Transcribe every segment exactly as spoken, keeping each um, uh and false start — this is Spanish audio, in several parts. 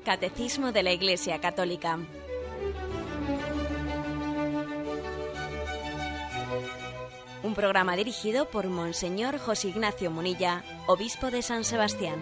Catecismo de la Iglesia Católica. Un programa dirigido por Monseñor José Ignacio Munilla, obispo de San Sebastián.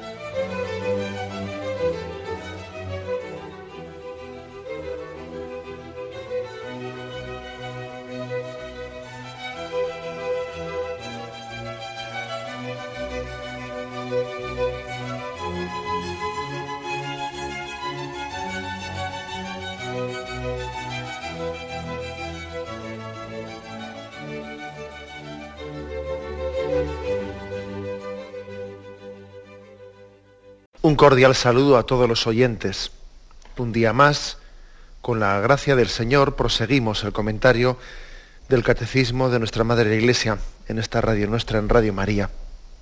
Un cordial saludo a todos los oyentes. Un día más, con la gracia del Señor, proseguimos el comentario del Catecismo de nuestra Madre la Iglesia en esta radio nuestra, en Radio María.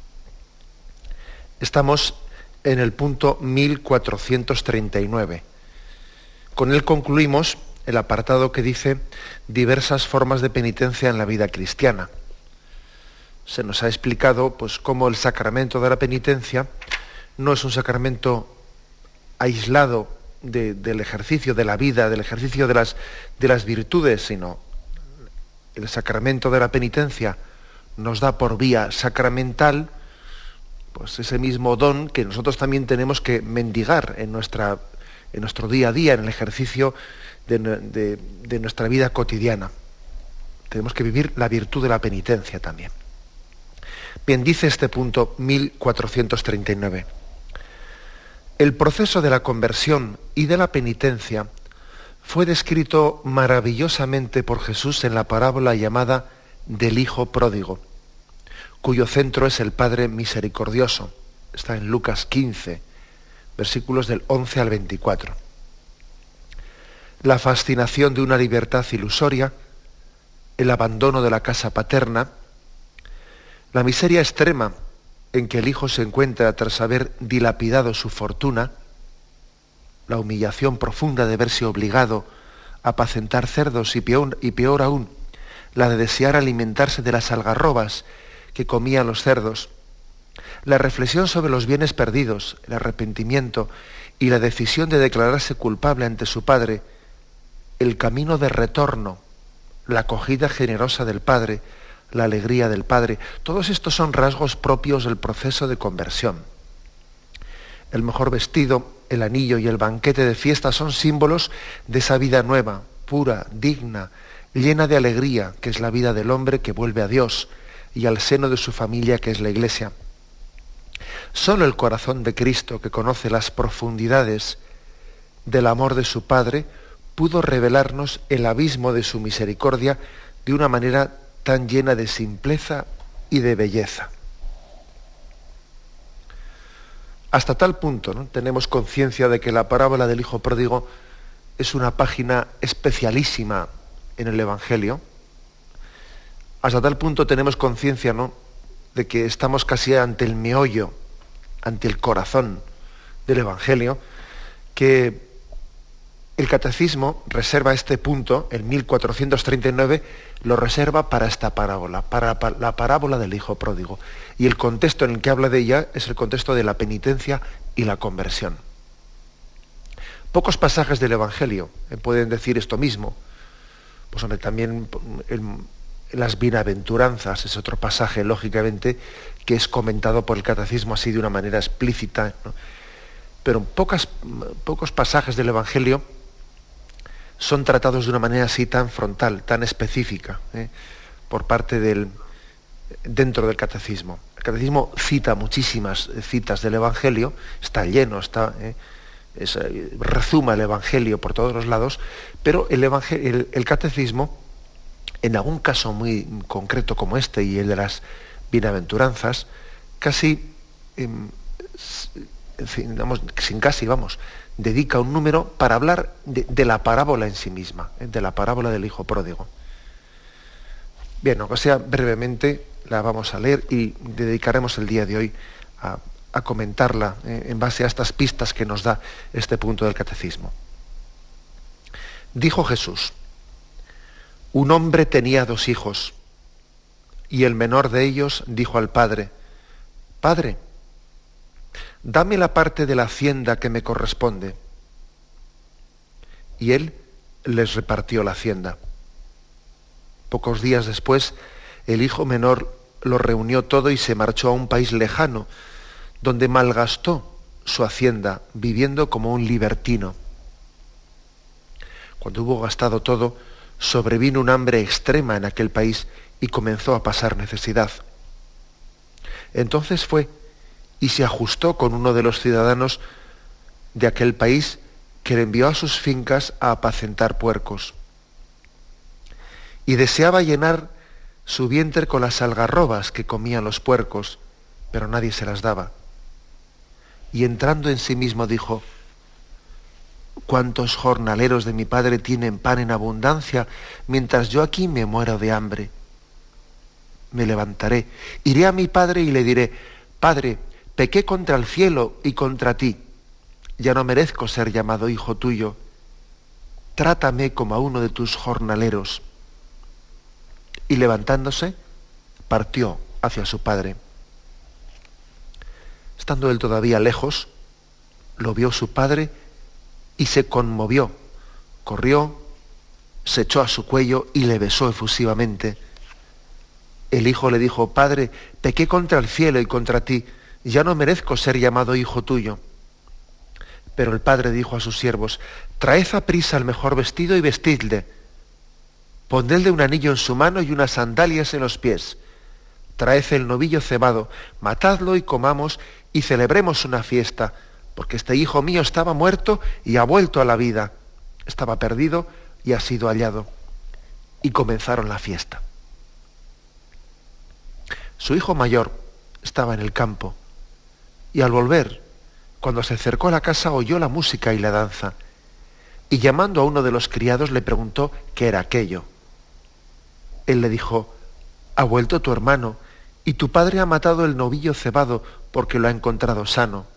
Estamos en el punto mil cuatrocientos treinta y nueve. Con él concluimos el apartado que dice diversas formas de penitencia en la vida cristiana. Se nos ha explicado pues, cómo el sacramento de la penitencia no es un sacramento aislado de, del ejercicio de la vida, del ejercicio de las, de las virtudes, sino el sacramento de la penitencia nos da por vía sacramental pues ese mismo don que nosotros también tenemos que mendigar en, nuestra, en nuestro día a día, en el ejercicio de, de, de nuestra vida cotidiana. Tenemos que vivir la virtud de la penitencia también. Bien, dice este punto mil cuatrocientos treinta y nueve. El proceso de la conversión y de la penitencia fue descrito maravillosamente por Jesús en la parábola llamada del Hijo Pródigo, cuyo centro es el Padre Misericordioso. Está en Lucas quince, versículos del once al veinticuatro. La fascinación de una libertad ilusoria, el abandono de la casa paterna, la miseria extrema en que el hijo se encuentra tras haber dilapidado su fortuna, la humillación profunda de verse obligado a apacentar cerdos y peor, y peor aún, la de desear alimentarse de las algarrobas que comían los cerdos, la reflexión sobre los bienes perdidos, el arrepentimiento y la decisión de declararse culpable ante su padre, el camino de retorno, la acogida generosa del padre, la alegría del Padre. Todos estos son rasgos propios del proceso de conversión. El mejor vestido, el anillo y el banquete de fiesta son símbolos de esa vida nueva, pura, digna, llena de alegría, que es la vida del hombre que vuelve a Dios y al seno de su familia, que es la Iglesia. Solo el corazón de Cristo, que conoce las profundidades del amor de su Padre, pudo revelarnos el abismo de su misericordia de una manera tan llena de simpleza y de belleza. Hasta tal punto, ¿no?, tenemos conciencia de que la parábola del Hijo Pródigo es una página especialísima en el Evangelio. Hasta tal punto tenemos conciencia, ¿no?, de que estamos casi ante el meollo, ante el corazón del Evangelio, que el Catecismo reserva este punto, el mil cuatrocientos treinta y nueve, lo reserva para esta parábola, para la parábola del Hijo Pródigo. Y el contexto en el que habla de ella es el contexto de la penitencia y la conversión. Pocos pasajes del Evangelio eh, pueden decir esto mismo. Pues hombre, también en, en las bienaventuranzas es otro pasaje, lógicamente, que es comentado por el Catecismo así de una manera explícita, ¿no? Pero pocas, pocos pasajes del Evangelio son tratados de una manera así tan frontal, tan específica, ¿eh? por parte del, dentro del Catecismo. El Catecismo cita muchísimas citas del Evangelio, está lleno, está, ¿eh? es, rezuma el Evangelio por todos los lados, pero el, Evangelio, el, el Catecismo, en algún caso muy concreto como este y el de las bienaventuranzas, casi, eh, en fin, vamos, sin casi, vamos, dedica un número para hablar de, de la parábola en sí misma, ¿eh? de la parábola del Hijo Pródigo. Bien, aunque sea brevemente, la vamos a leer y dedicaremos el día de hoy a, a comentarla ¿eh? en base a estas pistas que nos da este punto del Catecismo. Dijo Jesús: un hombre tenía dos hijos, y el menor de ellos dijo al padre: Padre, dame la parte de la hacienda que me corresponde. Y él les repartió la hacienda. Pocos días después, el hijo menor lo reunió todo y se marchó a un país lejano, donde malgastó su hacienda, viviendo como un libertino. Cuando hubo gastado todo, sobrevino un hambre extrema en aquel país y comenzó a pasar necesidad. Entonces fue y se ajustó con uno de los ciudadanos de aquel país, que le envió a sus fincas a apacentar puercos. Y deseaba llenar su vientre con las algarrobas que comían los puercos, pero nadie se las daba. Y entrando en sí mismo dijo: ¿cuántos jornaleros de mi padre tienen pan en abundancia, mientras yo aquí me muero de hambre? Me levantaré, iré a mi padre y le diré: Padre, pequé contra el cielo y contra ti. Ya no merezco ser llamado hijo tuyo. Trátame como a uno de tus jornaleros. Y levantándose, partió hacia su padre. Estando él todavía lejos, lo vio su padre y se conmovió. Corrió, se echó a su cuello y le besó efusivamente. El hijo le dijo: Padre, pequé contra el cielo y contra ti. Ya no merezco ser llamado hijo tuyo. Pero el padre dijo a sus siervos: traed a prisa el mejor vestido y vestidle. Ponedle un anillo en su mano y unas sandalias en los pies. Traed el novillo cebado, matadlo y comamos y celebremos una fiesta, porque este hijo mío estaba muerto y ha vuelto a la vida. Estaba perdido y ha sido hallado. Y comenzaron la fiesta. Su hijo mayor estaba en el campo y al volver, cuando se acercó a la casa, oyó la música y la danza, y llamando a uno de los criados le preguntó qué era aquello. Él le dijo: ha vuelto tu hermano, y tu padre ha matado el novillo cebado porque lo ha encontrado sano.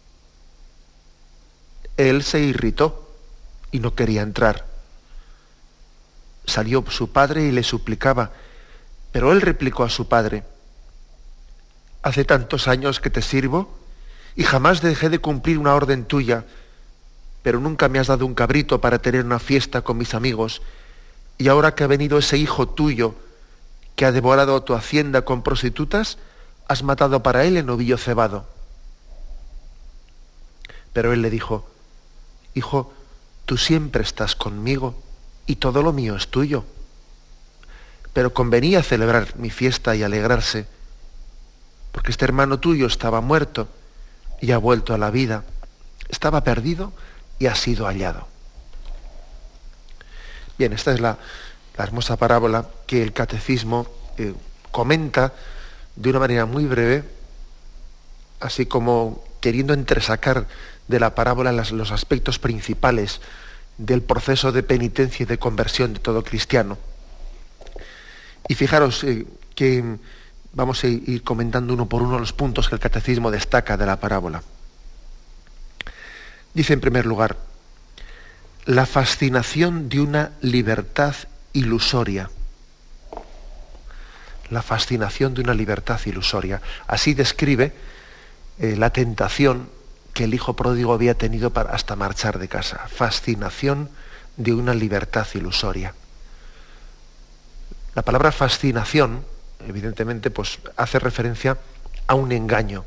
Él se irritó y no quería entrar. Salió su padre y le suplicaba, pero él replicó a su padre: hace tantos años que te sirvo y jamás dejé de cumplir una orden tuya, pero nunca me has dado un cabrito para tener una fiesta con mis amigos, y ahora que ha venido ese hijo tuyo que ha devorado tu hacienda con prostitutas, has matado para él el novillo cebado. Pero él le dijo: hijo, tú siempre estás conmigo y todo lo mío es tuyo, pero convenía celebrar mi fiesta y alegrarse, porque este hermano tuyo estaba muerto y ha vuelto a la vida, estaba perdido y ha sido hallado. Bien, esta es la, la hermosa parábola que el catecismo eh, comenta de una manera muy breve, así como queriendo entresacar de la parábola las, los aspectos principales del proceso de penitencia y de conversión de todo cristiano. Y fijaros eh, que vamos a ir comentando uno por uno los puntos que el catecismo destaca de la parábola. Dice en primer lugar: la fascinación de una libertad ilusoria. La fascinación de una libertad ilusoria. Así describe eh, la tentación que el hijo pródigo había tenido para hasta marchar de casa. Fascinación de una libertad ilusoria. La palabra fascinación, evidentemente, pues hace referencia a un engaño.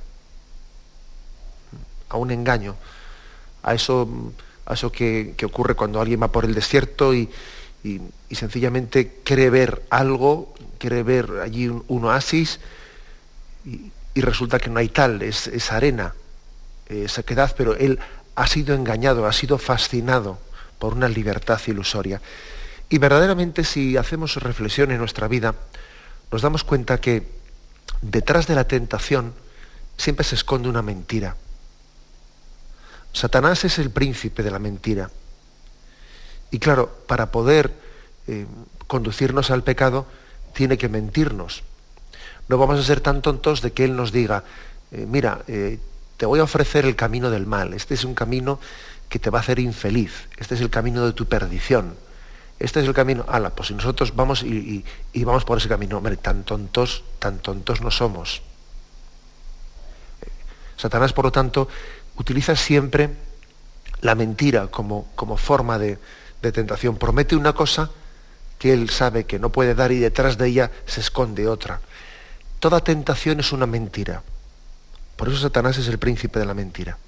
A un engaño. A eso, a eso que, que ocurre cuando alguien va por el desierto y, y, y sencillamente quiere ver algo, quiere ver allí un, un oasis y, y resulta que no hay tal, es, es arena, es sequedad, pero él ha sido engañado, ha sido fascinado por una libertad ilusoria. Y verdaderamente, si hacemos reflexión en nuestra vida, nos damos cuenta que detrás de la tentación siempre se esconde una mentira. Satanás es el príncipe de la mentira. Y claro, para poder eh, conducirnos al pecado, tiene que mentirnos. No vamos a ser tan tontos de que él nos diga: eh, mira, eh, te voy a ofrecer el camino del mal. Este es un camino que te va a hacer infeliz. Este es el camino de tu perdición. Este es el camino. Ala, pues si nosotros vamos y, y, y vamos por ese camino, hombre, tan tontos, tan tontos no somos. Satanás, por lo tanto, utiliza siempre la mentira como, como forma de, de tentación. Promete una cosa que él sabe que no puede dar y detrás de ella se esconde otra. Toda tentación es una mentira. Por eso Satanás es el príncipe de la mentira.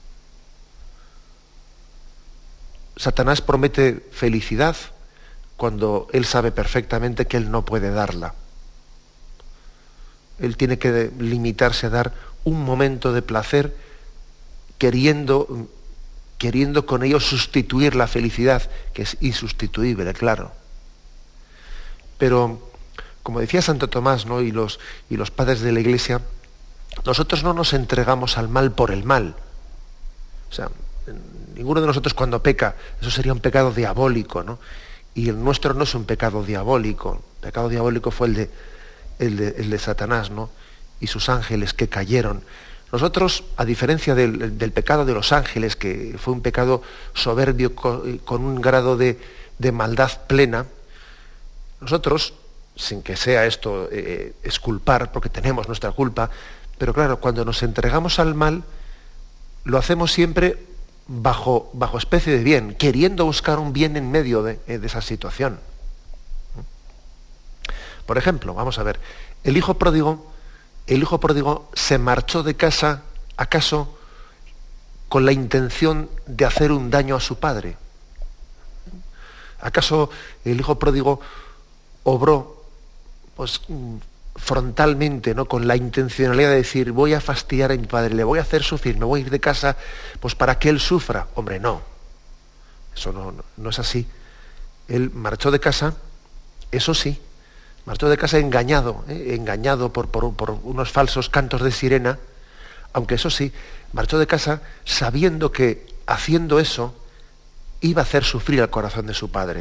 Satanás promete felicidad cuando él sabe perfectamente que él no puede darla. Él tiene que limitarse a dar un momento de placer queriendo, queriendo con ello sustituir la felicidad, que es insustituible, claro. Pero, como decía Santo Tomás, ¿no? y, los, y los padres de la Iglesia, nosotros no nos entregamos al mal por el mal. O sea, ninguno de nosotros cuando peca, eso sería un pecado diabólico, ¿no? Y el nuestro no es un pecado diabólico. El pecado diabólico fue el de, el de, el de Satanás, ¿no? Y sus ángeles que cayeron. Nosotros, a diferencia del, del pecado de los ángeles, que fue un pecado soberbio con, con un grado de, de maldad plena, nosotros, sin que sea esto eh, exculpar, porque tenemos nuestra culpa, pero claro, cuando nos entregamos al mal, lo hacemos siempre bajo, bajo especie de bien, queriendo buscar un bien en medio de, de esa situación. Por ejemplo, vamos a ver, el hijo pródigo, el hijo pródigo se marchó de casa, ¿acaso con la intención de hacer un daño a su padre? ¿Acaso el hijo pródigo obró pues, frontalmente, ¿no? con la intencionalidad de decir, voy a fastidiar a mi padre, le voy a hacer sufrir, me voy a ir de casa pues, para que él sufra? Hombre, no. Eso no, no, no es así. Él marchó de casa, eso sí, marchó de casa engañado, ¿eh? engañado por, por, por unos falsos cantos de sirena, aunque eso sí, marchó de casa sabiendo que haciendo eso iba a hacer sufrir al corazón de su padre.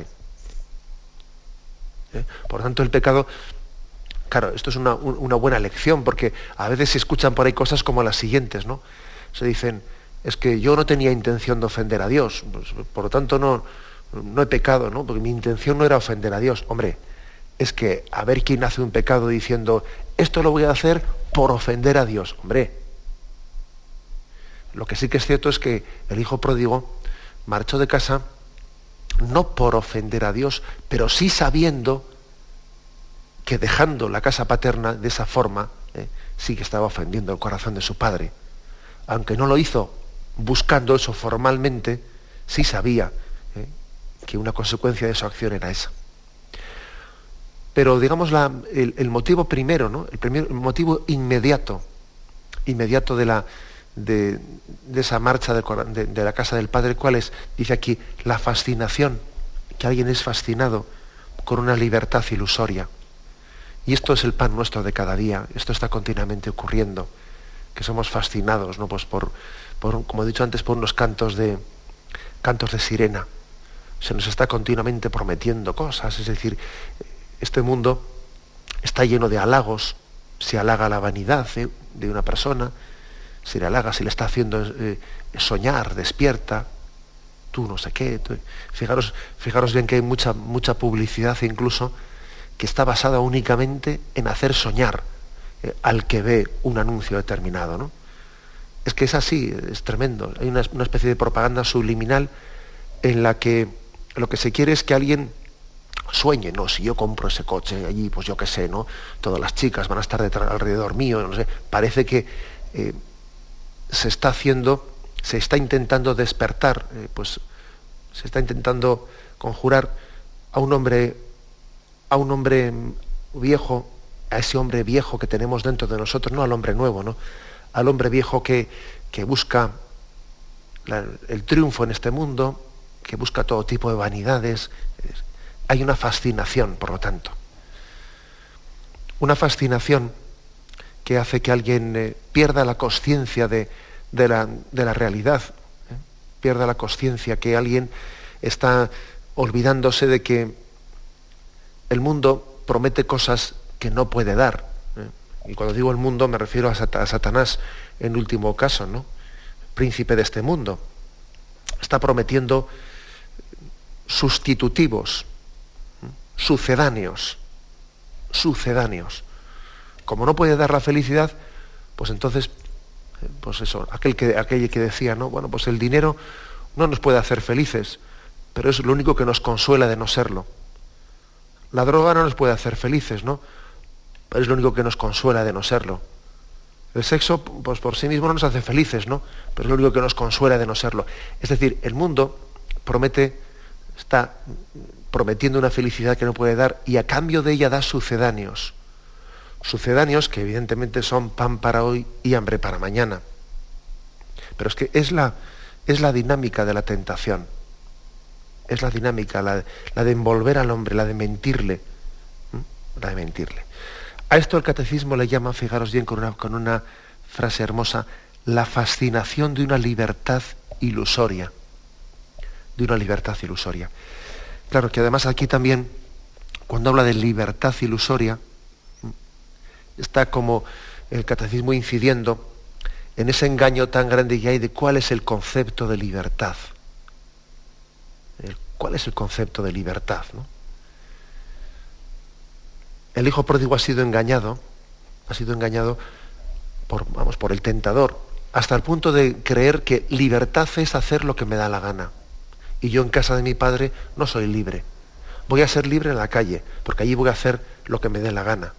¿Eh? Por tanto, el pecado, claro, esto es una, una buena lección, porque a veces se escuchan por ahí cosas como las siguientes, ¿no? Se dicen, es que yo no tenía intención de ofender a Dios, pues, por lo tanto no, no he pecado, ¿no? Porque mi intención no era ofender a Dios. Hombre, es que a ver quién hace un pecado diciendo, esto lo voy a hacer por ofender a Dios. Hombre, lo que sí que es cierto es que el hijo pródigo marchó de casa no por ofender a Dios, pero sí sabiendo que dejando la casa paterna de esa forma, eh, sí que estaba ofendiendo el corazón de su padre. Aunque no lo hizo buscando eso formalmente, sí sabía eh, que una consecuencia de su acción era esa. Pero digamos la, el, el motivo primero, ¿no? el, primer, el motivo inmediato, inmediato de la De, de esa marcha de, de, de la casa del padre, ¿cuál es? Dice aquí, la fascinación, que alguien es fascinado con una libertad ilusoria. Y esto es el pan nuestro de cada día, esto está continuamente ocurriendo, que somos fascinados, ¿no? Pues por, por, como he dicho antes, por unos cantos de, cantos de sirena. Se nos está continuamente prometiendo cosas, es decir, este mundo está lleno de halagos, se halaga la vanidad ¿eh? de una persona, se le halaga, se le está haciendo eh, soñar, despierta, tú no sé qué. Tú, fijaros, fijaros bien que hay mucha, mucha publicidad incluso que está basada únicamente en hacer soñar eh, al que ve un anuncio determinado, ¿no? Es que es así, es tremendo. Hay una, una especie de propaganda subliminal en la que lo que se quiere es que alguien sueñe, no, si yo compro ese coche allí, pues yo qué sé, ¿no? Todas las chicas van a estar detrás, alrededor mío, no sé. Parece que eh, se está haciendo, se está intentando despertar, eh, pues se está intentando conjurar a un hombre, a un hombre viejo, a ese hombre viejo que tenemos dentro de nosotros, no al hombre nuevo, ¿no? Al hombre viejo que, que busca la, el triunfo en este mundo, que busca todo tipo de vanidades. Hay una fascinación, por lo tanto. Una fascinación que hace que alguien eh, pierda la consciencia de, de, la, de la realidad, ¿eh? pierda la consciencia que alguien está olvidándose de que el mundo promete cosas que no puede dar. ¿eh? Y cuando digo el mundo me refiero a, Sat- a Satanás en último caso, ¿no? Príncipe de este mundo. Está prometiendo sustitutivos, ¿eh? sucedáneos, sucedáneos. Como no puede dar la felicidad, pues entonces Pues eso, aquel que, aquel que decía, ¿no? Bueno, pues el dinero no nos puede hacer felices, pero es lo único que nos consuela de no serlo. La droga no nos puede hacer felices, ¿no? Pero es lo único que nos consuela de no serlo. El sexo, pues por sí mismo no nos hace felices, ¿no? Pero es lo único que nos consuela de no serlo. Es decir, el mundo promete, está prometiendo una felicidad que no puede dar y a cambio de ella da sucedáneos. Sucedáneos que evidentemente son pan para hoy y hambre para mañana. Pero es que es la, es la dinámica de la tentación. Es la dinámica, la, la de envolver al hombre, la de mentirle. ¿Mm? La de mentirle. A esto el catecismo le llama, fijaros bien con una, con una frase hermosa, la fascinación de una libertad ilusoria. De una libertad ilusoria. Claro que además aquí también, cuando habla de libertad ilusoria, está como el catecismo incidiendo en ese engaño tan grande que hay de cuál es el concepto de libertad. El, ¿Cuál es el concepto de libertad, ¿no? El hijo pródigo ha sido engañado, ha sido engañado por, vamos, por el tentador, hasta el punto de creer que libertad es hacer lo que me da la gana. Y yo en casa de mi padre no soy libre. Voy a ser libre en la calle, porque allí voy a hacer lo que me dé la gana.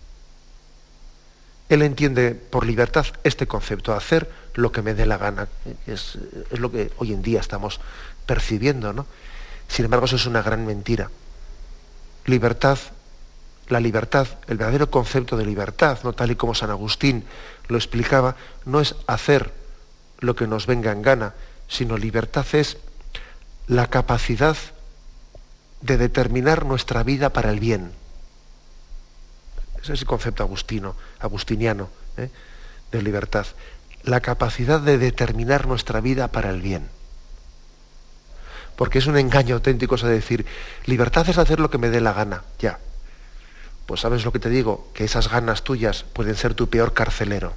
Él entiende por libertad este concepto, hacer lo que me dé la gana. Es, es lo que hoy en día estamos percibiendo, ¿no? Sin embargo, eso es una gran mentira. Libertad, la libertad, el verdadero concepto de libertad, ¿no? Tal y como San Agustín lo explicaba, no es hacer lo que nos venga en gana, sino libertad es la capacidad de determinar nuestra vida para el bien. Ese es el concepto agustino, agustiniano, ¿eh? de libertad. La capacidad de determinar nuestra vida para el bien. Porque es un engaño auténtico eso de decir, libertad es hacer lo que me dé la gana, ya. Pues ¿sabes lo que te digo? Que esas ganas tuyas pueden ser tu peor carcelero.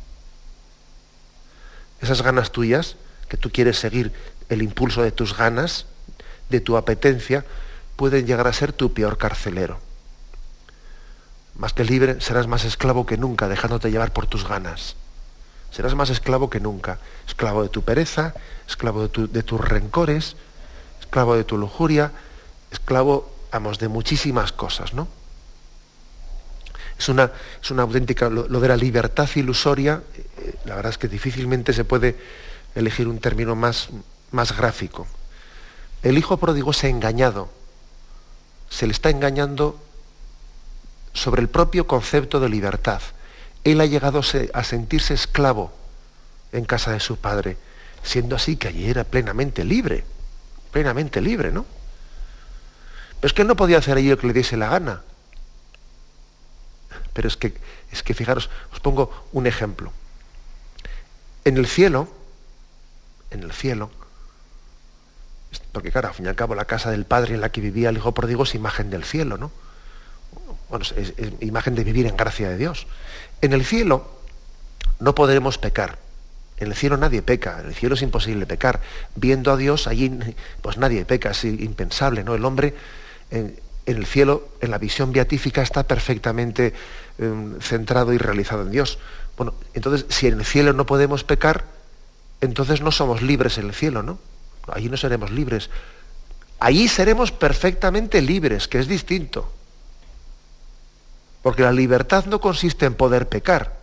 Esas ganas tuyas, que tú quieres seguir el impulso de tus ganas, de tu apetencia, pueden llegar a ser tu peor carcelero. Más que libre, serás más esclavo que nunca, dejándote llevar por tus ganas. Serás más esclavo que nunca. Esclavo de tu pereza, esclavo de, tu, de tus rencores, esclavo de tu lujuria, esclavo, vamos, de muchísimas cosas, ¿no? Es una, es una auténtica, lo, lo de la libertad ilusoria, eh, la verdad es que difícilmente se puede elegir un término más, más gráfico. El hijo pródigo se ha engañado, se le está engañando sobre el propio concepto de libertad. Él ha llegado a sentirse esclavo en casa de su padre, siendo así que allí era plenamente libre, plenamente libre, ¿no? Pero es que él no podía hacer allí lo que le diese la gana. Pero es que, es que fijaros, os pongo un ejemplo. En el cielo, en el cielo, porque claro, al fin y al cabo la casa del padre en la que vivía el hijo pródigo es imagen del cielo, ¿no? Bueno, es, es imagen de vivir en gracia de Dios. En el cielo no podremos pecar. En el cielo nadie peca. En el cielo es imposible pecar. Viendo a Dios allí, pues nadie peca. Es impensable, ¿no? El hombre en, en el cielo, en la visión beatífica, está perfectamente eh, centrado y realizado en Dios. Bueno, entonces, si en el cielo no podemos pecar, entonces no somos libres en el cielo, ¿no? Allí no seremos libres. Allí seremos perfectamente libres, que es distinto. Porque la libertad no consiste en poder pecar.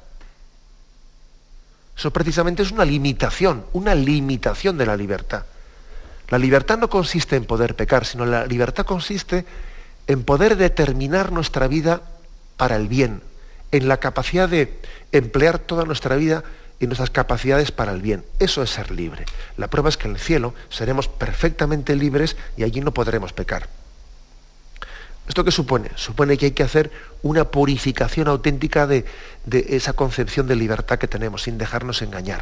Eso precisamente es una limitación, una limitación de la libertad. La libertad no consiste en poder pecar, sino la libertad consiste en poder determinar nuestra vida para el bien, en la capacidad de emplear toda nuestra vida y nuestras capacidades para el bien. Eso es ser libre. La prueba es que en el cielo seremos perfectamente libres y allí no podremos pecar. ¿Esto qué supone? Supone que hay que hacer una purificación auténtica de, de esa concepción de libertad que tenemos, sin dejarnos engañar.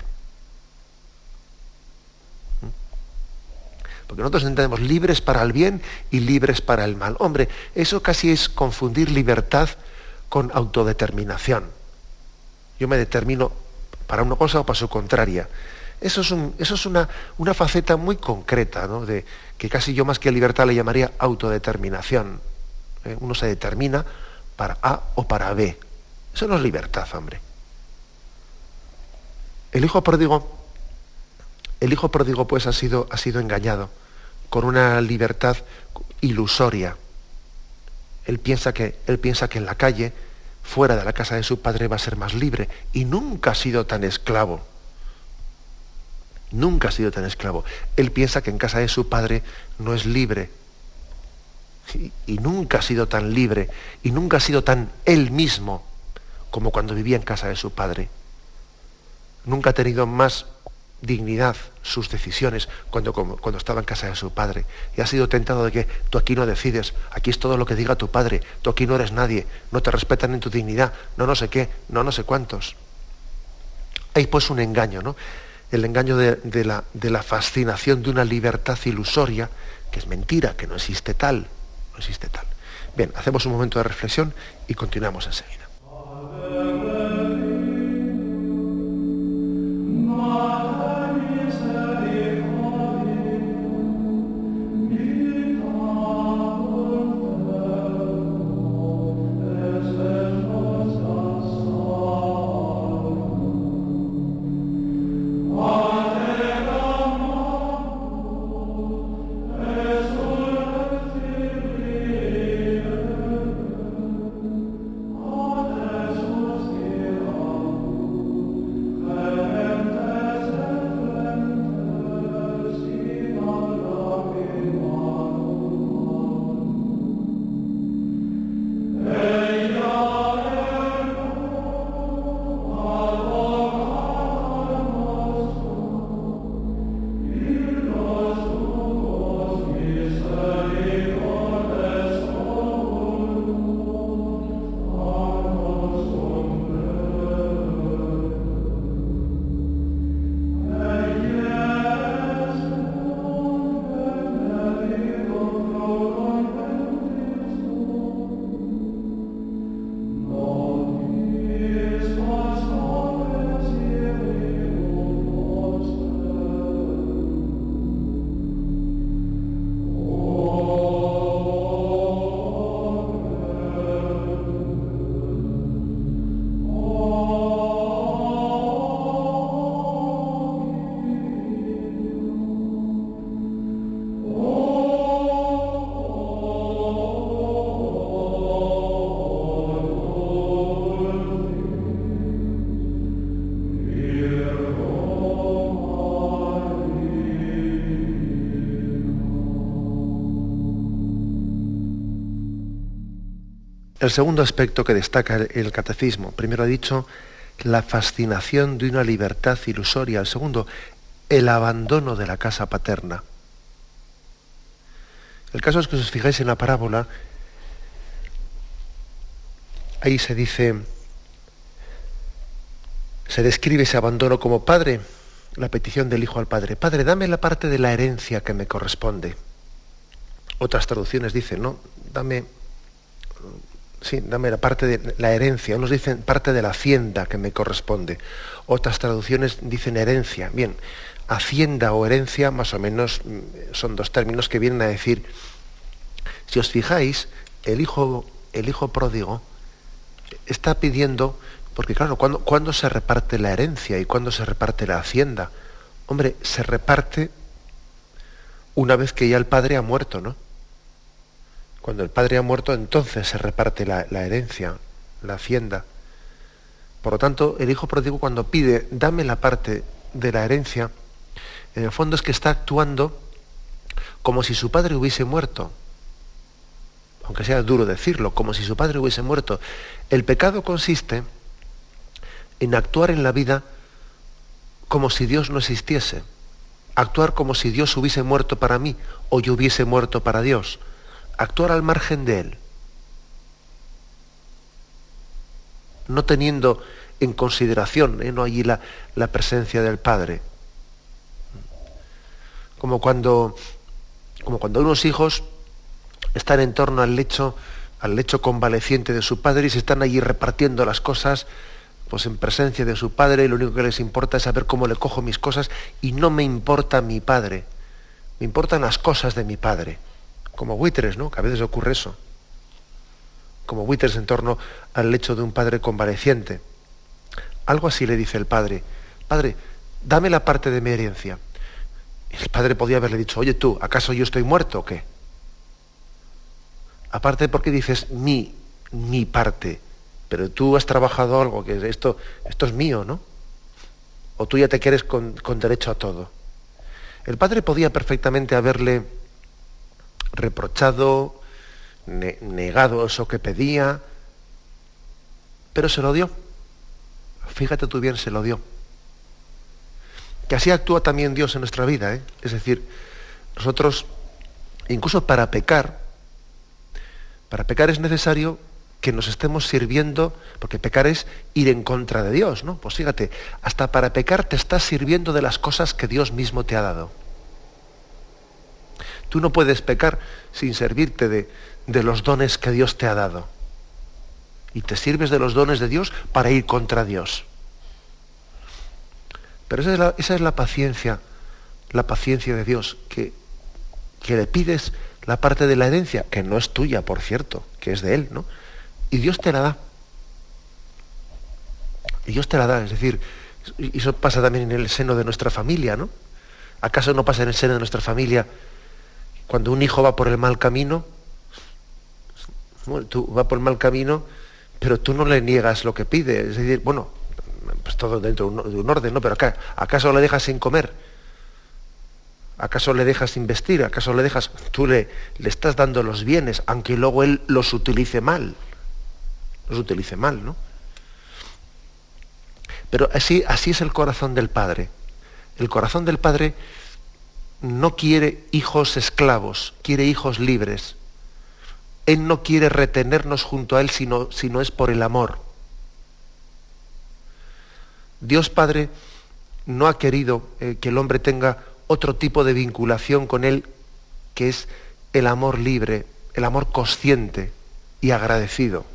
Porque nosotros entendemos libres para el bien y libres para el mal. Hombre, eso casi es confundir libertad con autodeterminación. Yo me determino para una cosa o para su contraria. Eso es, un, eso es una, una faceta muy concreta, ¿no? De, que casi yo más que libertad le llamaría autodeterminación. ¿Eh? Uno se determina para A o para B. Eso no es libertad, hombre. El hijo pródigo, el hijo pródigo pues ha sido, ha sido engañado con una libertad ilusoria. Él piensa que, él piensa que en la calle, fuera de la casa de su padre, va a ser más libre, y nunca ha sido tan esclavo. Nunca ha sido tan esclavo. Él piensa que en casa de su padre no es libre. Y, y nunca ha sido tan libre, y nunca ha sido tan él mismo como cuando vivía en casa de su padre. Nunca ha tenido más dignidad sus decisiones cuando, cuando estaba en casa de su padre. Y ha sido tentado de que tú aquí no decides, aquí es todo lo que diga tu padre, tú aquí no eres nadie, no te respetan en tu dignidad, no no sé qué, no no sé cuántos. Hay pues un engaño, ¿no? El engaño de, de, la, de la fascinación de una libertad ilusoria, que es mentira, que no existe tal, no existe tal. Bien, hacemos un momento de reflexión y continuamos enseguida. El segundo aspecto que destaca el catecismo, primero ha dicho la fascinación de una libertad ilusoria, el segundo, el abandono de la casa paterna. El caso es que si os fijáis en la parábola, ahí se dice, se describe ese abandono como padre, la petición del hijo al padre, padre, dame la parte de la herencia que me corresponde. Otras traducciones dicen, no, dame... Sí, dame la parte de la herencia. Unos dicen parte de la hacienda que me corresponde. Otras traducciones dicen herencia. Bien, hacienda o herencia más o menos son dos términos que vienen a decir, si os fijáis, el hijo, el hijo pródigo está pidiendo, porque claro, ¿cuándo, ¿cuándo se reparte la herencia y cuándo se reparte la hacienda? Hombre, se reparte una vez que ya el padre ha muerto, ¿no? Cuando el padre ha muerto, entonces se reparte la, la herencia, la hacienda. Por lo tanto, el hijo pródigo cuando pide, dame la parte de la herencia, en el fondo es que está actuando como si su padre hubiese muerto. Aunque sea duro decirlo, como si su padre hubiese muerto. El pecado consiste en actuar en la vida como si Dios no existiese. Actuar como si Dios hubiese muerto para mí o yo hubiese muerto para Dios. Actuar al margen de Él, no teniendo en consideración, ¿eh? no allí la, la presencia del Padre. Como cuando, como cuando unos hijos están en torno al lecho, al lecho convaleciente de su padre y se están allí repartiendo las cosas, pues en presencia de su padre, y lo único que les importa es saber cómo le cojo mis cosas y no me importa mi padre, me importan las cosas de mi padre. Como buitres, ¿no? Que a veces ocurre eso. Como buitres en torno al lecho de un padre convaleciente. Algo así le dice el padre. Padre, dame la parte de mi herencia. El padre podía haberle dicho, oye tú, ¿acaso yo estoy muerto o qué? Aparte, ¿por qué dices mi, mi parte? Pero tú has trabajado algo, que esto, esto es mío, ¿no? O tú ya te quieres con, con derecho a todo. El padre podía perfectamente haberle reprochado, ne- negado eso que pedía, pero se lo dio. Fíjate tú bien, se lo dio. Que así actúa también Dios en nuestra vida, ¿eh? Es decir, nosotros, incluso para pecar, para pecar es necesario que nos estemos sirviendo, porque pecar es ir en contra de Dios, ¿no? Pues fíjate, hasta para pecar te estás sirviendo de las cosas que Dios mismo te ha dado. Tú no puedes pecar sin servirte de, de los dones que Dios te ha dado. Y te sirves de los dones de Dios para ir contra Dios. Pero esa es la, esa es la paciencia, la paciencia de Dios, que, que le pides la parte de la herencia, que no es tuya, por cierto, que es de Él, ¿no? Y Dios te la da. Y Dios te la da, es decir, y eso pasa también en el seno de nuestra familia, ¿no? ¿Acaso no pasa en el seno de nuestra familia cuando un hijo va por el mal camino? Bueno, tú va por el mal camino, pero tú no le niegas lo que pide, es decir, bueno, pues todo dentro de un orden, ¿no? Pero acá, ¿acaso le dejas sin comer? ¿Acaso le dejas sin vestir? ¿Acaso le dejas? Tú le, le estás dando los bienes, aunque luego él los utilice mal. Los utilice mal, ¿no? Pero así, así es el corazón del Padre. El corazón del Padre no quiere hijos esclavos, quiere hijos libres. Él no quiere retenernos junto a Él, sino, sino es por el amor. Dios Padre no ha querido eh, que el hombre tenga otro tipo de vinculación con Él, que es el amor libre, el amor consciente y agradecido.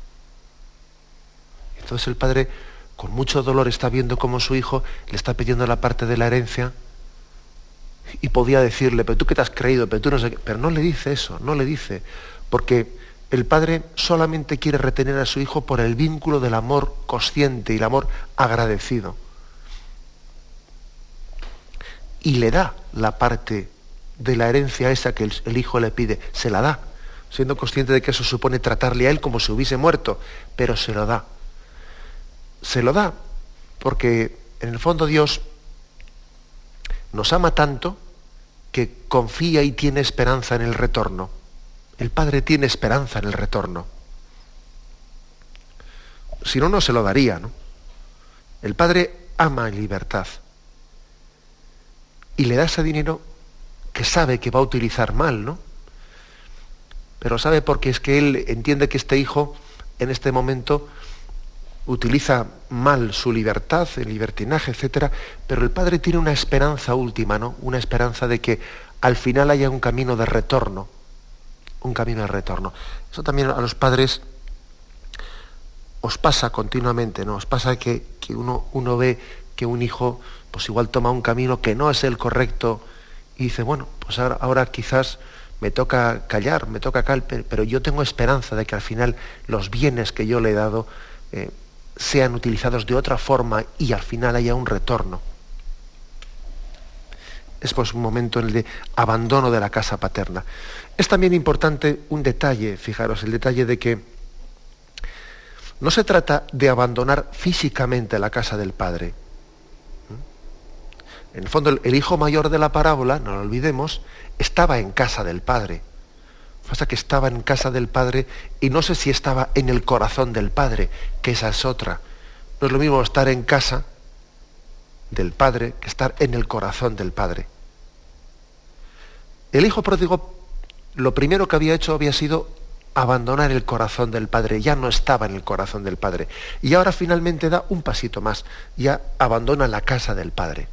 Entonces el Padre, con mucho dolor, está viendo cómo su hijo le está pidiendo la parte de la herencia y podía decirle, pero tú qué te has creído, pero tú no sé qué. Pero no le dice eso, no le dice, porque el Padre solamente quiere retener a su hijo por el vínculo del amor consciente y el amor agradecido. Y le da la parte de la herencia esa que el, el hijo le pide, se la da, siendo consciente de que eso supone tratarle a él como si hubiese muerto, pero se lo da. Se lo da porque en el fondo Dios nos ama tanto que confía y tiene esperanza en el retorno. El Padre tiene esperanza en el retorno. Si no, no se lo daría, ¿no? El Padre ama en libertad y le da ese dinero que sabe que va a utilizar mal, ¿no? Pero sabe porque es que Él entiende que este hijo en este momento utiliza mal su libertad, el libertinaje, etcétera, pero el Padre tiene una esperanza última, ¿no? Una esperanza de que al final haya un camino de retorno, un camino de retorno. Eso también a los padres os pasa continuamente, ¿no? Os pasa que, que uno, uno ve que un hijo, pues igual toma un camino que no es el correcto y dice, bueno, pues ahora, ahora quizás me toca callar, me toca calper, pero yo tengo esperanza de que al final los bienes que yo le he dado eh, sean utilizados de otra forma y al final haya un retorno. Es pues un momento en el de abandono de la casa paterna. Es también importante un detalle, fijaros, el detalle de que no se trata de abandonar físicamente la casa del padre. En el fondo, el, el hijo mayor de la parábola, no lo olvidemos, estaba en casa del padre. Pasa que estaba en casa del Padre y no sé si estaba en el corazón del Padre, que esa es otra. No es lo mismo estar en casa del Padre que estar en el corazón del Padre. El hijo pródigo, lo primero que había hecho había sido abandonar el corazón del Padre, ya no estaba en el corazón del Padre. Y ahora finalmente da un pasito más, ya abandona la casa del Padre.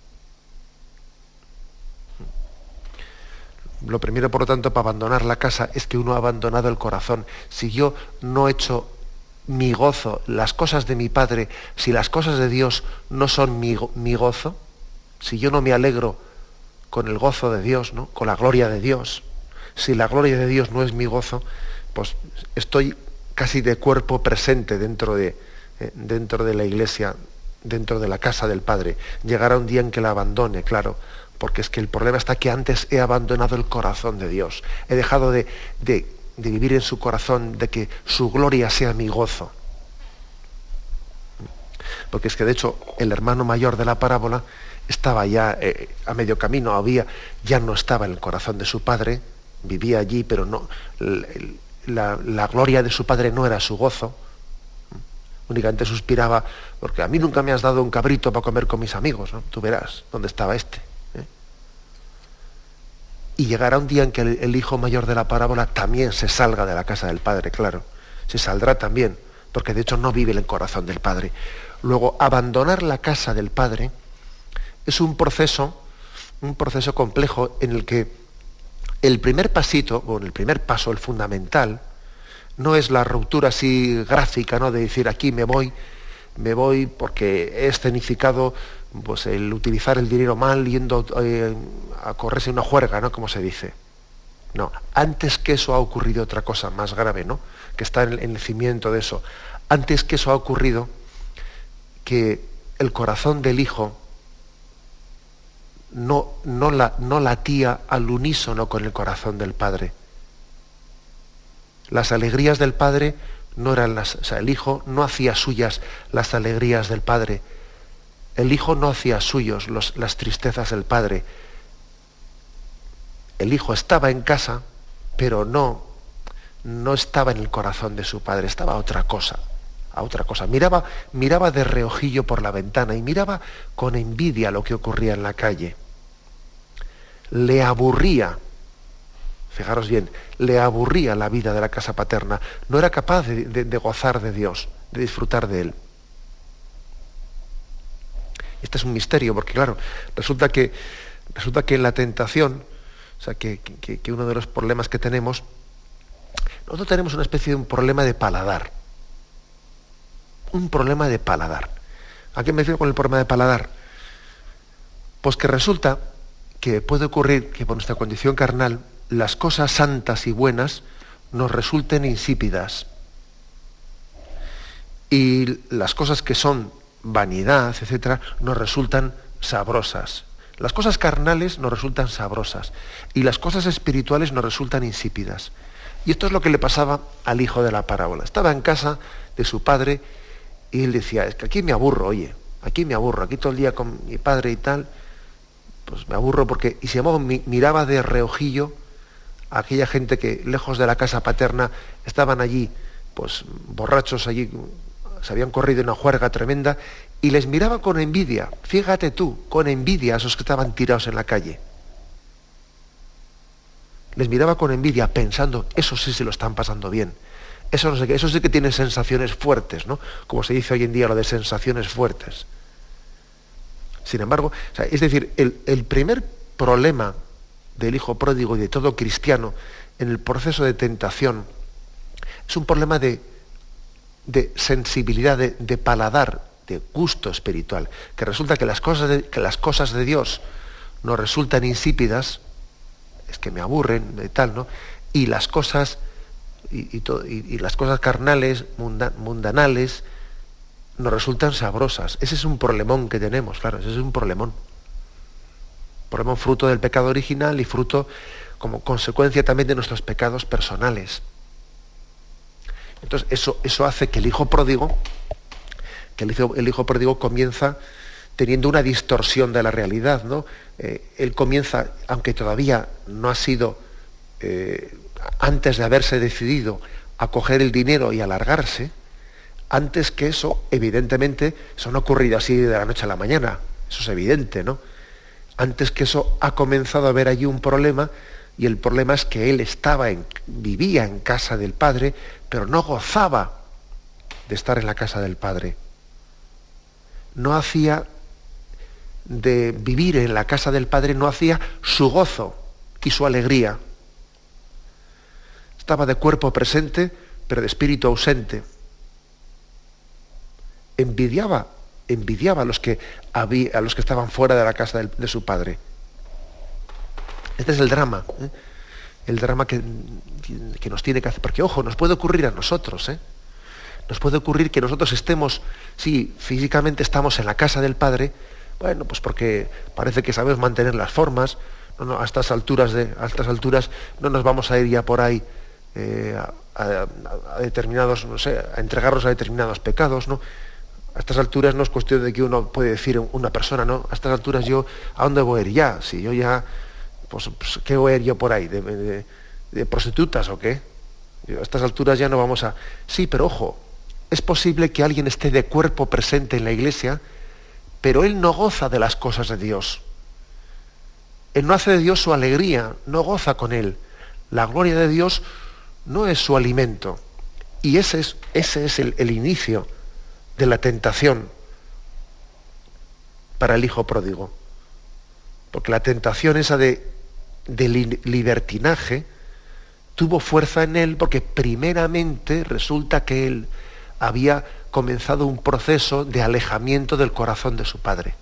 Lo primero, por lo tanto, para abandonar la casa es que uno ha abandonado el corazón. Si yo no he hecho mi gozo, las cosas de mi Padre, si las cosas de Dios no son mi, mi gozo, si yo no me alegro con el gozo de Dios, ¿no? Con la gloria de Dios, si la gloria de Dios no es mi gozo, pues estoy casi de cuerpo presente dentro de, eh, dentro de la iglesia dentro de la casa del Padre. Llegará un día en que la abandone, claro, porque es que el problema está que antes he abandonado el corazón de Dios. He dejado de, de, de vivir en su corazón, de que su gloria sea mi gozo. Porque es que de hecho el hermano mayor de la parábola estaba ya eh, a medio camino, había, ya no estaba en el corazón de su padre, vivía allí, pero no, la, la gloria de su padre no era su gozo. Únicamente suspiraba, porque a mí nunca me has dado un cabrito para comer con mis amigos, ¿no? Tú verás dónde estaba este. ¿eh? Y llegará un día en que el, el hijo mayor de la parábola también se salga de la casa del padre, claro. Se saldrá también, porque de hecho no vive en el corazón del padre. Luego, abandonar la casa del padre es un proceso, un proceso complejo en el que el primer pasito, bueno, el primer paso, el fundamental, no es la ruptura así gráfica, ¿no? De decir aquí me voy, me voy porque he escenificado pues, el utilizar el dinero mal yendo eh, a correrse una juerga, ¿no? Como se dice. No, antes que eso ha ocurrido otra cosa más grave, ¿no? Que está en el, en el cimiento de eso. Antes que eso ha ocurrido, que el corazón del hijo no, no, la, no latía al unísono con el corazón del padre. Las alegrías del padre no eran las, o sea, el hijo no hacía suyas las alegrías del padre. El hijo no hacía suyos los, las tristezas del padre. El hijo estaba en casa, pero no, no estaba en el corazón de su padre, estaba a otra cosa, a otra cosa. Miraba, miraba de reojillo por la ventana y miraba con envidia lo que ocurría en la calle. Le aburría. Fijaros bien, le aburría la vida de la casa paterna, no era capaz de, de, de gozar de Dios, de disfrutar de Él. Este es un misterio, porque claro, resulta que, resulta que en la tentación, o sea, que, que, que uno de los problemas que tenemos, nosotros tenemos una especie de un problema de paladar. Un problema de paladar. ¿A qué me refiero con el problema de paladar? Pues que resulta que puede ocurrir que por nuestra condición carnal, las cosas santas y buenas nos resulten insípidas. Y las cosas que son vanidad, etcétera, nos resultan sabrosas. Las cosas carnales nos resultan sabrosas y las cosas espirituales nos resultan insípidas. Y esto es lo que le pasaba al hijo de la parábola. Estaba en casa de su padre y él decía, es que aquí me aburro, oye, aquí me aburro, aquí todo el día con mi padre y tal, pues me aburro porque... Y sin embargo miraba de reojillo a aquella gente que lejos de la casa paterna estaban allí, pues borrachos allí, se habían corrido una juerga tremenda, y les miraba con envidia, fíjate tú, con envidia a esos que estaban tirados en la calle. Les miraba con envidia pensando, eso sí se lo están pasando bien. Eso no sé qué, eso sí que tienen sensaciones fuertes, ¿no? Como se dice hoy en día lo de sensaciones fuertes. Sin embargo, o sea, es decir, el, el primer problema del hijo pródigo y de todo cristiano en el proceso de tentación es un problema de, de sensibilidad, de, de paladar, de gusto espiritual, que resulta que las cosas de, que las cosas de Dios nos resultan insípidas, es que me aburren, de tal, ¿no? Y las cosas y, y, to, y, y las cosas carnales, munda, mundanales, nos resultan sabrosas. Ese es un problemón que tenemos, claro, ese es un problemón. Problemón fruto del pecado original y fruto como consecuencia también de nuestros pecados personales. Entonces eso, eso hace que el hijo pródigo, que el hijo, el hijo pródigo comienza teniendo una distorsión de la realidad, ¿no? Eh, él comienza, aunque todavía no ha sido, eh, antes de haberse decidido a coger el dinero y a largarse, antes que eso, evidentemente, eso no ha ocurrido así de la noche a la mañana, eso es evidente, ¿no? Antes que eso ha comenzado a haber allí un problema, y el problema es que él estaba en, vivía en casa del Padre, pero no gozaba de estar en la casa del Padre. No hacía de vivir en la casa del Padre, no hacía su gozo y su alegría. Estaba de cuerpo presente, pero de espíritu ausente. Envidiaba, envidiaba a los que, había, a los que estaban fuera de la casa de, de su padre. Este es el drama, ¿eh? El drama que, que nos tiene que hacer, porque ojo, nos puede ocurrir a nosotros, ¿eh? Nos puede ocurrir que nosotros estemos, sí, físicamente estamos en la casa del Padre, bueno, pues porque parece que sabemos mantener las formas, no, no, a estas alturas de, a estas alturas no nos vamos a ir ya por ahí eh, a, a, a determinados, no sé, a entregarnos a determinados pecados, ¿no? A estas alturas no es cuestión de que uno puede decir una persona, ¿no? A estas alturas yo, ¿a dónde voy a ir ya? Si yo ya, pues, pues ¿qué voy a ir yo por ahí? ¿De, de, de prostitutas o qué? A estas alturas ya no vamos a... Sí, pero ojo, es posible que alguien esté de cuerpo presente en la iglesia, pero él no goza de las cosas de Dios. Él no hace de Dios su alegría, no goza con él. La gloria de Dios no es su alimento. Y ese es, ese es el, el inicio de la tentación para el hijo pródigo. Porque la tentación esa de, de li, libertinaje tuvo fuerza en él porque primeramente resulta que él había comenzado un proceso de alejamiento del corazón de su padre.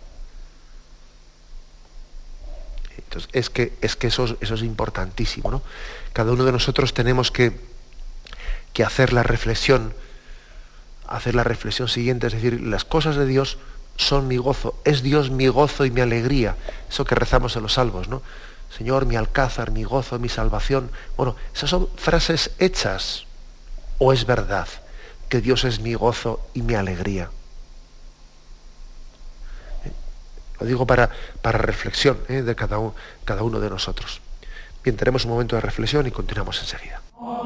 Entonces, es que, es que eso, eso es importantísimo, ¿no? Cada uno de nosotros tenemos que, que hacer la reflexión, hacer la reflexión siguiente, es decir, las cosas de Dios son mi gozo, es Dios mi gozo y mi alegría, eso que rezamos en los salmos, ¿no? Señor, mi alcázar, mi gozo, mi salvación. Bueno, esas son frases hechas, o es verdad que Dios es mi gozo y mi alegría. Lo digo para, para reflexión ¿eh? de cada, un, cada uno de nosotros. Bien, tenemos un momento de reflexión y continuamos enseguida.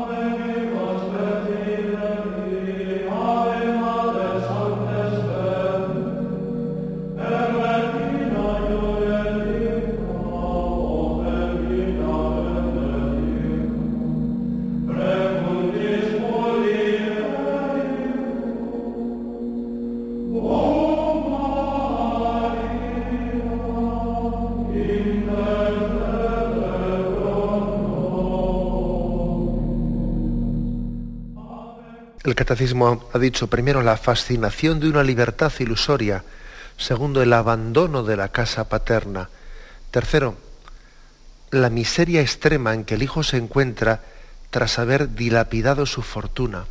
El catecismo ha dicho primero la fascinación de una libertad ilusoria, segundo el abandono de la casa paterna, tercero la miseria extrema en que el hijo se encuentra tras haber dilapidado su fortuna.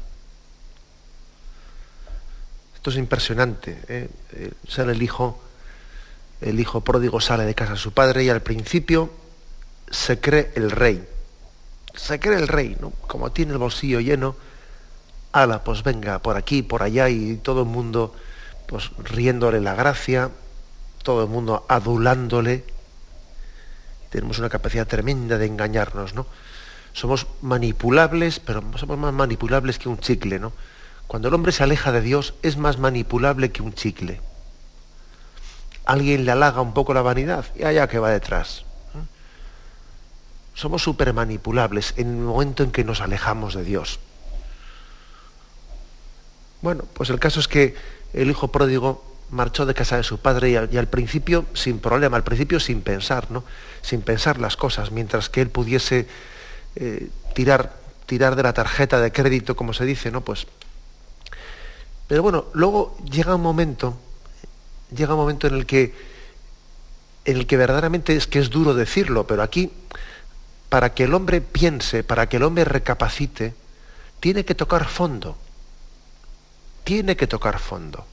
Esto es impresionante, ¿eh? Sale el hijo, el hijo pródigo sale de casa de su padre y al principio se cree el rey, se cree el rey, ¿no? Como tiene el bolsillo lleno, ala, pues venga, por aquí, por allá, y todo el mundo pues riéndole la gracia, todo el mundo adulándole. Tenemos una capacidad tremenda de engañarnos, ¿no? Somos manipulables, pero somos más manipulables que un chicle, ¿no? Cuando el hombre se aleja de Dios, es más manipulable que un chicle. Alguien le halaga un poco la vanidad, y allá que va detrás. ¿Eh? Somos súper manipulables en el momento en que nos alejamos de Dios. Bueno, pues el caso es que el hijo pródigo marchó de casa de su padre y al, y al principio sin problema, al principio sin pensar, ¿no? Sin pensar las cosas, mientras que él pudiese eh, tirar, tirar de la tarjeta de crédito, como se dice, ¿no? Pues, pero bueno, luego llega un momento, llega un momento en el que, en el que verdaderamente es que es duro decirlo, pero aquí, para que el hombre piense, para que el hombre recapacite, tiene que tocar fondo. Tiene que tocar fondo.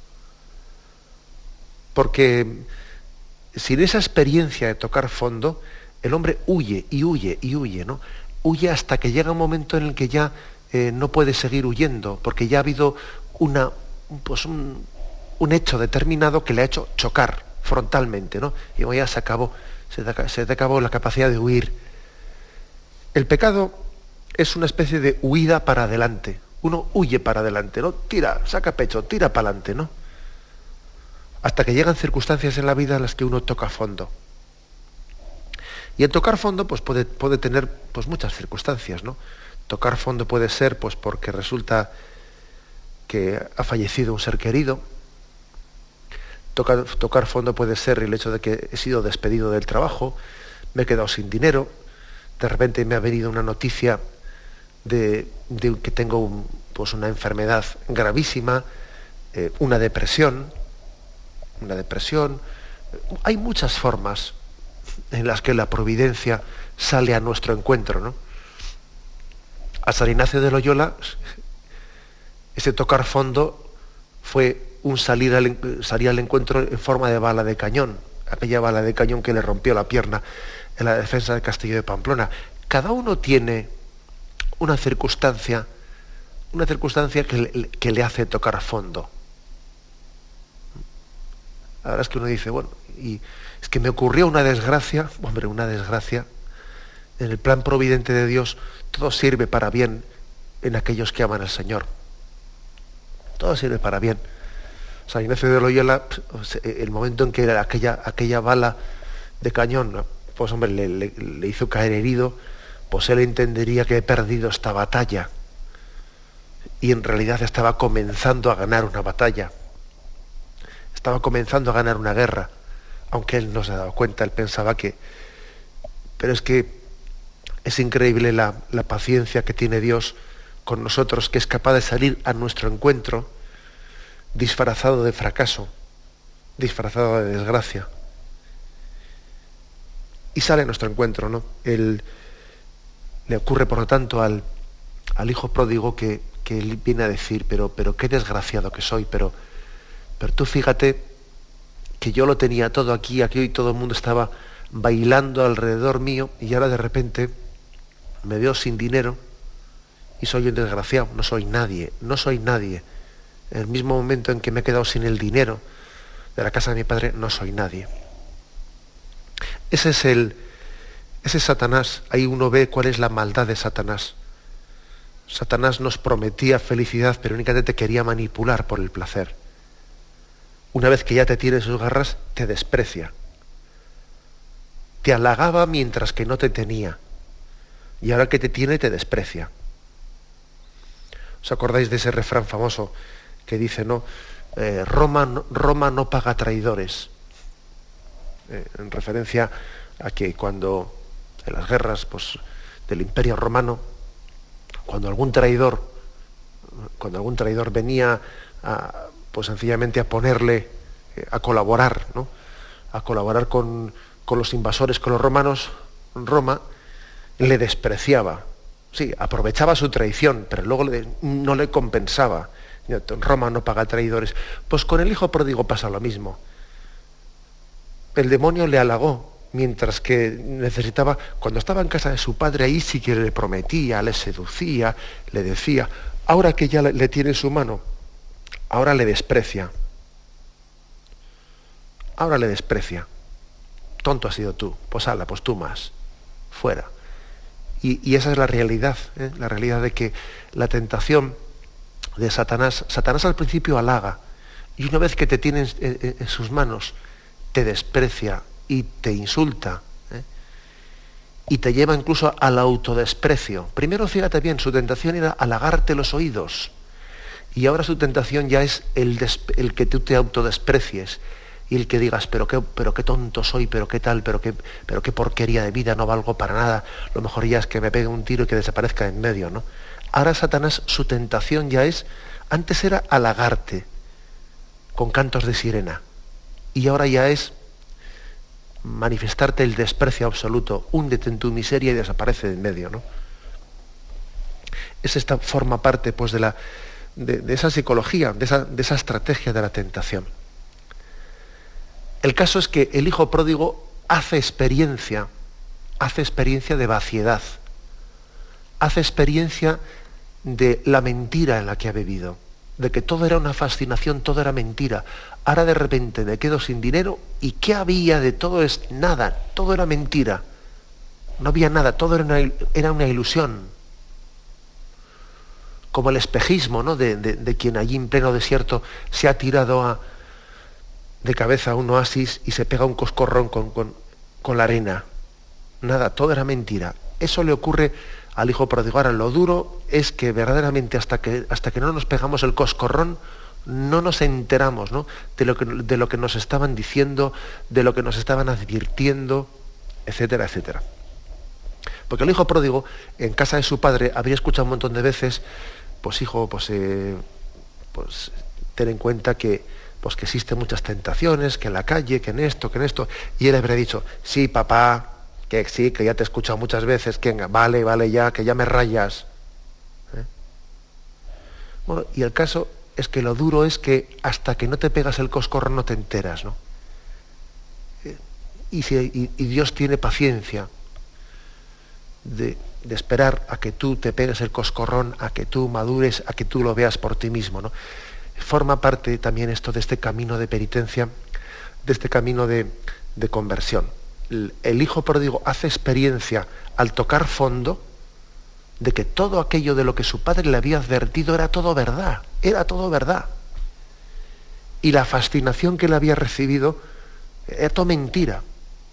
Porque sin esa experiencia de tocar fondo, el hombre huye y huye y huye, ¿no? Huye hasta que llega un momento en el que ya eh, no puede seguir huyendo, porque ya ha habido una, pues un, un hecho determinado que le ha hecho chocar frontalmente, ¿no? Y ya se acabó, se te, se te acabó la capacidad de huir. El pecado es una especie de huida para adelante. Uno huye para adelante, ¿no? Tira, saca pecho, tira para adelante, ¿no? Hasta que llegan circunstancias en la vida en las que uno toca fondo. Y en tocar fondo, pues puede, puede tener pues, muchas circunstancias, ¿no? Tocar fondo puede ser, pues, porque resulta que ha fallecido un ser querido. Tocar, tocar fondo puede ser el hecho de que he sido despedido del trabajo, me he quedado sin dinero, de repente me ha venido una noticia De, de que tengo un, pues una enfermedad gravísima, eh, una depresión, una depresión. Hay muchas formas en las que la providencia sale a nuestro encuentro, ¿no? A San Ignacio de Loyola ese tocar fondo fue un salir al, salir al encuentro en forma de bala de cañón, aquella bala de cañón que le rompió la pierna en la defensa del castillo de Pamplona. Cada uno tiene una circunstancia, una circunstancia que le, que le hace tocar fondo. La verdad es que uno dice, bueno, y es que me ocurrió una desgracia, hombre, una desgracia. En el plan providente de Dios, todo sirve para bien en aquellos que aman al Señor. Todo sirve para bien. San Ignacio de Loyola, el momento en que aquella, aquella bala de cañón, pues hombre, le, le, le hizo caer herido, pues él entendería que he perdido esta batalla. Y en realidad estaba comenzando a ganar una batalla. Estaba comenzando a ganar una guerra. Aunque él no se ha dado cuenta, él pensaba que... Pero es que es increíble la, la paciencia que tiene Dios con nosotros, que es capaz de salir a nuestro encuentro disfrazado de fracaso, disfrazado de desgracia. Y sale a nuestro encuentro, ¿no? Él, le ocurre, por lo tanto, al, al hijo pródigo que, que él viene a decir, pero, pero qué desgraciado que soy, pero, pero tú fíjate que yo lo tenía todo aquí, aquí y todo el mundo estaba bailando alrededor mío, y ahora de repente me veo sin dinero y soy un desgraciado, no soy nadie, no soy nadie. En el mismo momento en que me he quedado sin el dinero de la casa de mi padre, no soy nadie. Ese es el, ese es Satanás. Ahí uno ve cuál es la maldad de Satanás. Satanás nos prometía felicidad, pero únicamente te quería manipular por el placer. Una vez que ya te tiene en sus garras, te desprecia. Te halagaba mientras que no te tenía. Y ahora que te tiene, te desprecia. ¿Os acordáis de ese refrán famoso que dice, no, eh, Roma, no Roma no paga traidores? Eh, en referencia a que cuando en las guerras, pues, del Imperio Romano, cuando algún traidor, cuando algún traidor venía a, pues sencillamente a ponerle, eh, a colaborar, ¿no? A colaborar con, con los invasores, con los romanos, Roma le despreciaba. Sí, aprovechaba su traición, pero luego le, no le compensaba. Roma no paga traidores. Pues con el hijo pródigo pasa lo mismo. El demonio le halagó, mientras que necesitaba, cuando estaba en casa de su padre, ahí sí que le prometía, le seducía, le decía. Ahora que ya le, le tiene en su mano, ahora le desprecia. Ahora le desprecia. Tonto has sido tú, pues ala, pues tú más. Fuera. Y, y esa es la realidad, ¿eh? La realidad de que la tentación de Satanás, Satanás al principio halaga, y una vez que te tiene en, en, en sus manos, te desprecia y te insulta, ¿eh? Y te lleva incluso al autodesprecio. Primero, fíjate bien, su tentación era halagarte los oídos, y ahora su tentación ya es el, des, el que tú te autodesprecies, y el que digas, pero qué, pero qué tonto soy, pero qué tal, pero qué, pero qué porquería de vida, no valgo para nada, lo mejor ya es que me pegue un tiro y que desaparezca en medio, ¿no? Ahora Satanás, su tentación ya es, antes era halagarte con cantos de sirena, y ahora ya es manifestarte el desprecio absoluto, húndete en tu miseria y desaparece de en medio, ¿no? Es esta forma parte, pues, de la de, de esa psicología, de esa, de esa estrategia de la tentación. El caso es que el hijo pródigo hace experiencia, hace experiencia de vaciedad, hace experiencia de la mentira en la que ha vivido, de que todo era una fascinación, todo era mentira. Ahora de repente me quedo sin dinero, y ¿qué había de todo? Es nada, todo era mentira. No había nada, todo era una, era una ilusión. Como el espejismo, ¿no? de, de, de quien allí en pleno desierto se ha tirado a de cabeza a un oasis y se pega un coscorrón con, con, con la arena. Nada, todo era mentira. Eso le ocurre al hijo pródigo. Ahora, lo duro es que verdaderamente hasta que, hasta que no nos pegamos el coscorrón, no nos enteramos, ¿no? de, lo que, de lo que nos estaban diciendo, de lo que nos estaban advirtiendo, etcétera, etcétera. Porque el hijo pródigo, en casa de su padre, habría escuchado un montón de veces, pues hijo, pues, eh, pues ten en cuenta que pues que existen muchas tentaciones, que en la calle, que en esto, que en esto, y él habría dicho, sí, papá, que sí, que ya te he escuchado muchas veces, que venga, vale, vale ya, que ya me rayas. ¿Eh? Bueno, y el caso es que lo duro es que hasta que no te pegas el coscorrón no te enteras, ¿no? Y, si, y, y Dios tiene paciencia de, de esperar a que tú te pegues el coscorrón, a que tú madures, a que tú lo veas por ti mismo, ¿no? Forma parte también esto de este camino de penitencia, de este camino de, de conversión. El, el hijo pródigo hace experiencia al tocar fondo de que todo aquello de lo que su padre le había advertido era todo verdad, era todo verdad. Y la fascinación que él había recibido era todo mentira.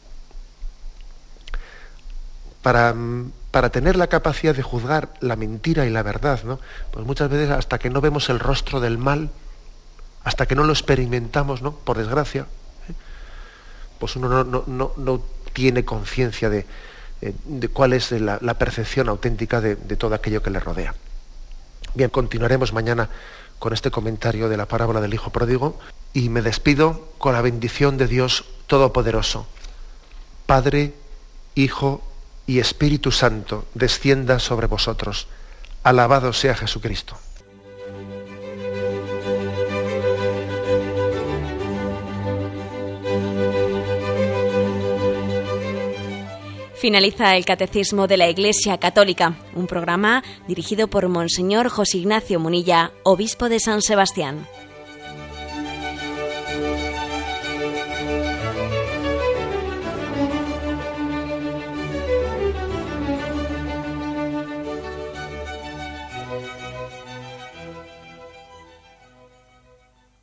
Para, para tener la capacidad de juzgar la mentira y la verdad, ¿no? Pues muchas veces hasta que no vemos el rostro del mal, hasta que no lo experimentamos, ¿no? Por desgracia, ¿eh? Pues uno no, no, no, no tiene conciencia de, de cuál es la, la percepción auténtica de, de todo aquello que le rodea. Bien, continuaremos mañana con este comentario de la parábola del Hijo Pródigo y me despido con la bendición de Dios Todopoderoso. Padre, Hijo y Espíritu Santo, descienda sobre vosotros. Alabado sea Jesucristo. Finaliza el Catecismo de la Iglesia Católica, un programa dirigido por Monseñor José Ignacio Munilla, obispo de San Sebastián.